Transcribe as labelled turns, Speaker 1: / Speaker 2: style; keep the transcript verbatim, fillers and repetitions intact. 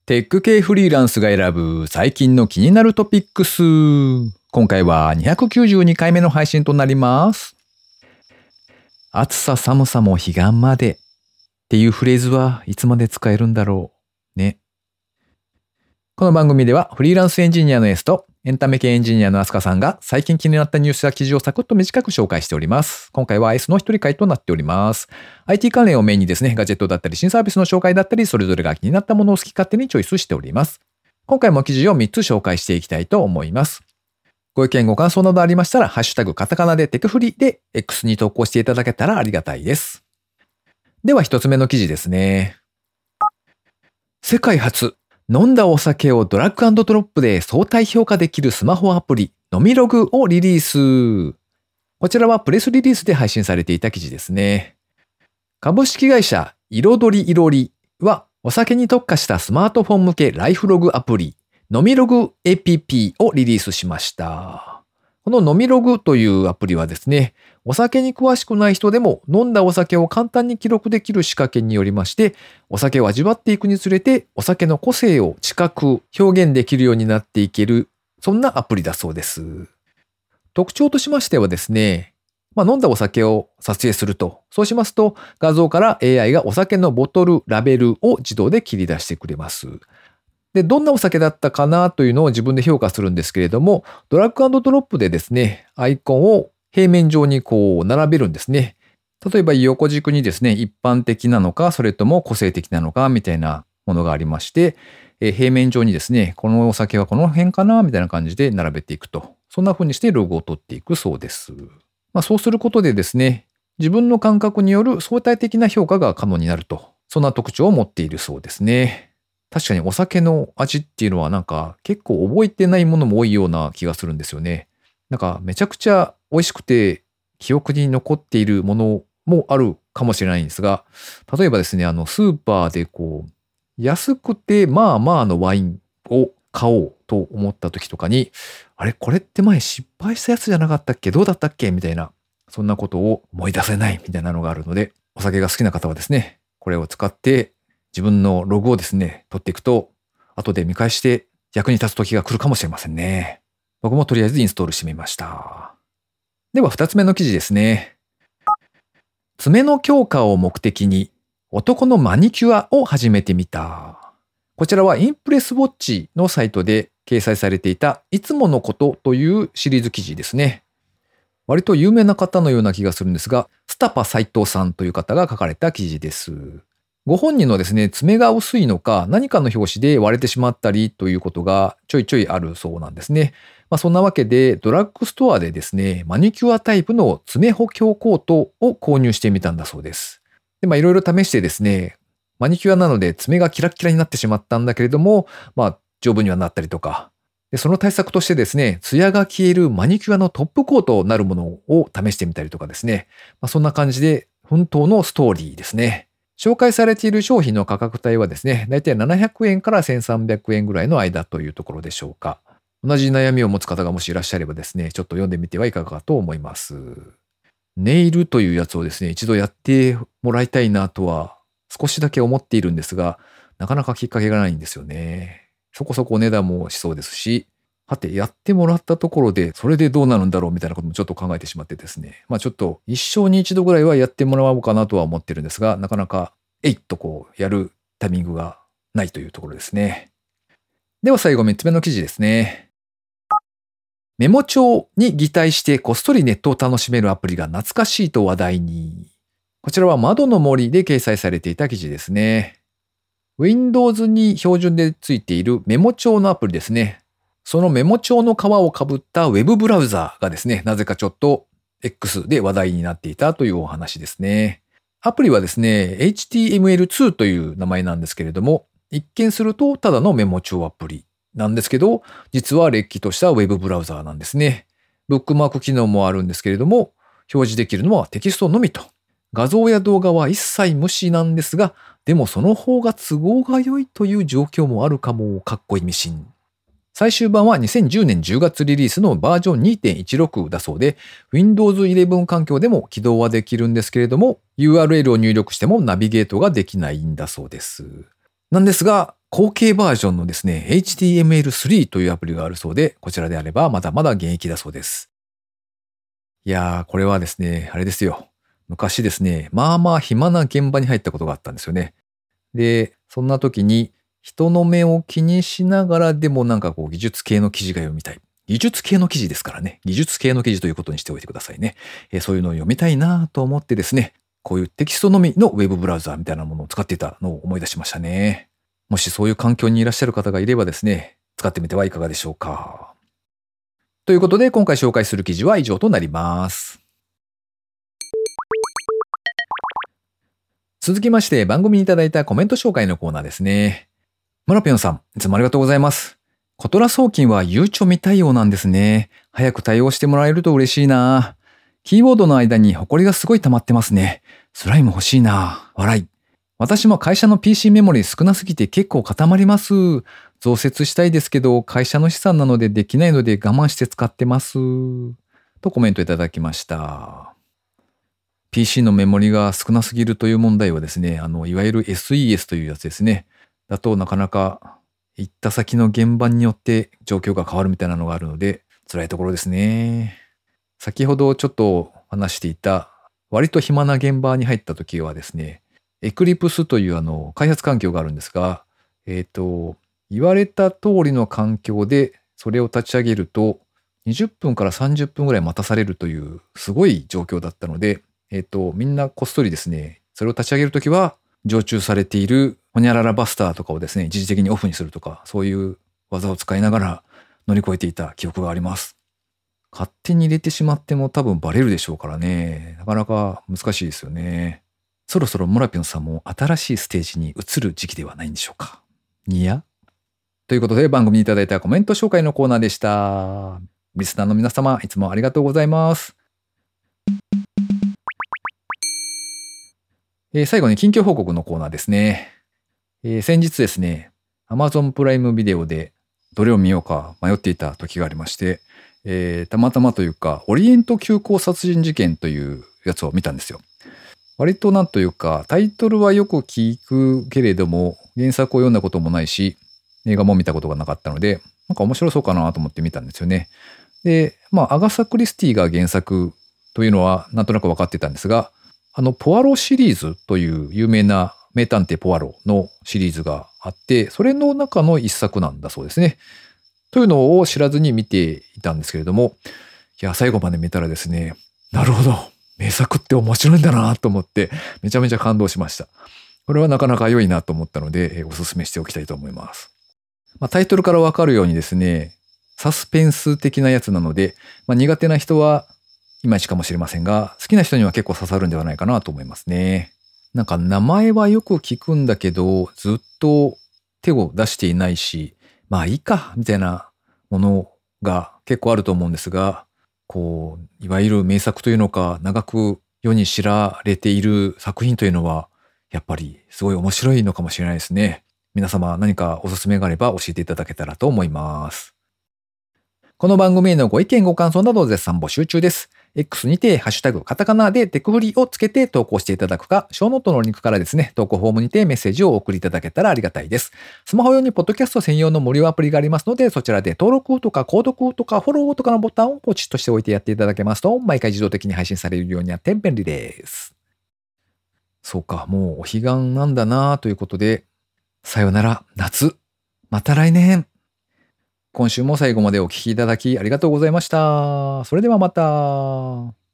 Speaker 1: テック系フリーランスが選ぶ最近の気になるトピックス。今回はにひゃくきゅうじゅうにかいめの配信となります。暑さ寒さも彼岸までっていうフレーズはいつまで使えるんだろうね。この番組ではフリーランスエンジニアのエースとエンタメ系エンジニアのアスカさんが最近気になったニュースや記事をサクッと短く紹介しております。今回は エス の一人会となっております。アイティー 関連をメインにですね、ガジェットだったり新サービスの紹介だったり、それぞれが気になったものを好き勝手にチョイスしております。今回も記事をみっつ紹介していきたいと思います。ご意見ご感想などありましたら、ハッシュタグカタカナでテクフリで X に投稿していただけたらありがたいです。では一つ目の記事ですね。世界初、飲んだお酒をドラッグ&ドロップで相対評価できるスマホアプリ、飲みログをリリース。こちらはプレスリリースで配信されていた記事ですね。株式会社彩りいろりはお酒に特化したスマートフォン向けライフログアプリ、飲みログ エーピーピー をリリースしました。この飲みログというアプリはですね、お酒に詳しくない人でも飲んだお酒を簡単に記録できる仕掛けによりまして、お酒を味わっていくにつれてお酒の個性を近く表現できるようになっていける、そんなアプリだそうです。特徴としましてはですね、まあ、飲んだお酒を撮影すると、そうしますと画像から エーアイ がお酒のボトル、ラベルを自動で切り出してくれます。で、どんなお酒だったかなというのを自分で評価するんですけれども、ドラッグ&ドロップでですね、アイコンを平面上にこう並べるんですね。例えば横軸にですね、一般的なのか、それとも個性的なのかみたいなものがありまして、え平面上にですね、このお酒はこの辺かなみたいな感じで並べていくと。そんな風にしてログを取っていくそうです。まあ、そうすることでですね、自分の感覚による相対的な評価が可能になると。そんな特徴を持っているそうですね。確かにお酒の味っていうのはなんか結構覚えてないものも多いような気がするんですよね。なんかめちゃくちゃ美味しくて記憶に残っているものもあるかもしれないんですが、例えばですね、あのスーパーでこう安くてまあまあのワインを買おうと思った時とかに、あれこれって前失敗したやつじゃなかったっけどうだったっけみたいな、そんなことを思い出せないみたいなのがあるので、お酒が好きな方はですね、これを使って自分のログをですね、取っていくと、後で見返して役に立つ時が来るかもしれませんね。僕もとりあえずインストールしてみました。では二つ目の記事ですね。爪の強化を目的に男のマニキュアを始めてみた。こちらはインプレスウォッチのサイトで掲載されていたいつものことというシリーズ記事ですね。割と有名な方のような気がするんですが、スタパ斉藤さんという方が書かれた記事です。ご本人のですね、爪が薄いのか何かの拍子で割れてしまったりということがちょいちょいあるそうなんですね。まあ、そんなわけでドラッグストアでですね、マニキュアタイプの爪補強コートを購入してみたんだそうです。で、まあいろいろ試してですね、マニキュアなので爪がキラッキラになってしまったんだけれども、まあ丈夫にはなったりとか、でその対策としてですね、ツヤが消えるマニキュアのトップコートなるものを試してみたりとかですね、まあ、そんな感じで本当のストーリーですね。紹介されている商品の価格帯はですね、だいたいななひゃくえんからせんさんびゃくえんぐらいの間というところでしょうか。同じ悩みを持つ方がもしいらっしゃればですね、ちょっと読んでみてはいかがかと思います。ネイルというやつをですね、一度やってもらいたいなとは少しだけ思っているんですが、なかなかきっかけがないんですよね。そこそこお値段もしそうですし、はて、やってもらったところで、それでどうなるんだろうみたいなこともちょっと考えてしまってですね。まあちょっと一生に一度ぐらいはやってもらおうかなとは思ってるんですが、なかなかえいっとこうやるタイミングがないというところですね。では最後みっつめの記事ですね。メモ帳に擬態してこっそりネットを楽しめるアプリが懐かしいと話題に。こちらは窓の森で掲載されていた記事ですね。Windows に標準でついているメモ帳のアプリですね。そのメモ帳の皮をかぶったウェブブラウザーがですね、なぜかちょっと X で話題になっていたというお話ですね。アプリはですね、エイチティーエムエルツー という名前なんですけれども、一見するとただのメモ帳アプリなんですけど、実はれっきとしたウェブブラウザーなんですね。ブックマーク機能もあるんですけれども、表示できるのはテキストのみと。画像や動画は一切無視なんですが、でもその方が都合が良いという状況もあるかも、かっこいいミシン。最終版はにせんじゅうねんじゅうがつリリースのバージョン にてんいちろく だそうで、Windows イレブン 環境でも起動はできるんですけれども、ユーアールエル を入力してもナビゲートができないんだそうです。なんですが、 後継バージョンのですね、エイチティーエムエルスリー というアプリがあるそうで、こちらであればまだまだ現役だそうです。いやー、これはですね、あれですよ。昔ですね、まあまあ暇な現場に入ったことがあったんですよね。で、そんな時に人の目を気にしながらでもなんかこう技術系の記事が読みたい。技術系の記事ですからね。技術系の記事ということにしておいてくださいね。えーそういうのを読みたいなと思ってですね、こういうテキストのみのウェブブラウザーみたいなものを使っていたのを思い出しましたね。もしそういう環境にいらっしゃる方がいればですね、使ってみてはいかがでしょうか。ということで今回紹介する記事は以上となります。続きまして番組にいただいたコメント紹介のコーナーですね。村ぴょんさん、いつもありがとうございます。コトラ送金はゆうちょ未対応なんですね。早く対応してもらえると嬉しいな。キーボードの間にホコリがすごい溜まってますね。スライム欲しいな。笑い。私も会社の ピーシー メモリ少なすぎて結構固まります。増設したいですけど、会社の資産なのでできないので我慢して使ってます。とコメントいただきました。ピーシー のメモリが少なすぎるという問題はですね、あの、いわゆる エスイーエス というやつですね。だとなかなか行った先の現場によって状況が変わるみたいなのがあるので、辛いところですね。先ほどちょっと話していた、割と暇な現場に入った時はですね、エクリプスというあの開発環境があるんですが、えっと、言われた通りの環境でそれを立ち上げると、にじゅっぷんからさんじゅっぷんぐらい待たされるというすごい状況だったので、えっと、みんなこっそりですね、それを立ち上げるときは、常駐されているホニャララバスターとかをですね、一時的にオフにするとか、そういう技を使いながら乗り越えていた記憶があります。勝手に入れてしまっても多分バレるでしょうからね。なかなか難しいですよね。そろそろモラピョンさんも新しいステージに移る時期ではないんでしょうか。にやということで番組にいただいたコメント紹介のコーナーでした。リスナーの皆様、いつもありがとうございます。えー最後に近況報告のコーナーですね。えー先日ですね、Amazon プライムビデオでどれを見ようか迷っていた時がありまして、えーたまたまというか、オリエント急行殺人事件というやつを見たんですよ。割となんというか、タイトルはよく聞くけれども、原作を読んだこともないし、映画も見たことがなかったので、なんか面白そうかなと思って見たんですよね。で、まあ、アガサ・クリスティが原作というのはなんとなく分かってたんですが、あの、ポアロシリーズという有名な名探偵ポアロのシリーズがあって、それの中の一作なんだそうですね。というのを知らずに見ていたんですけれども、いや、最後まで見たらですね、なるほど、名作って面白いんだなと思って、めちゃめちゃ感動しました。これはなかなか良いなと思ったので、えお勧めしておきたいと思います。まあ、タイトルからわかるようにですね、サスペンス的なやつなので、まあ、苦手な人はいまいちかもしれませんが、好きな人には結構刺さるんではないかなと思いますね。なんか名前はよく聞くんだけど、ずっと手を出していないし、まあいいか、みたいなものが結構あると思うんですが、こう、いわゆる名作というのか、長く世に知られている作品というのは、やっぱりすごい面白いのかもしれないですね。皆様何かおすすめがあれば教えていただけたらと思います。この番組へのご意見ご感想など絶賛募集中です。X にてハッシュタグカタカナでテクフリをつけて投稿していただくか、ショーノートのリンクからですね、投稿フォームにてメッセージをお送りいただけたらありがたいです。スマホ用にポッドキャスト専用の無料アプリがありますので、そちらで登録とか購読とかフォローとかのボタンをポチッとしておいてやっていただけますと、毎回自動的に配信されるようになって便利です。そうか、もうお彼岸なんだなということで、さよなら夏。また来年。今週も最後までお聞きいただきありがとうございました。それではまた。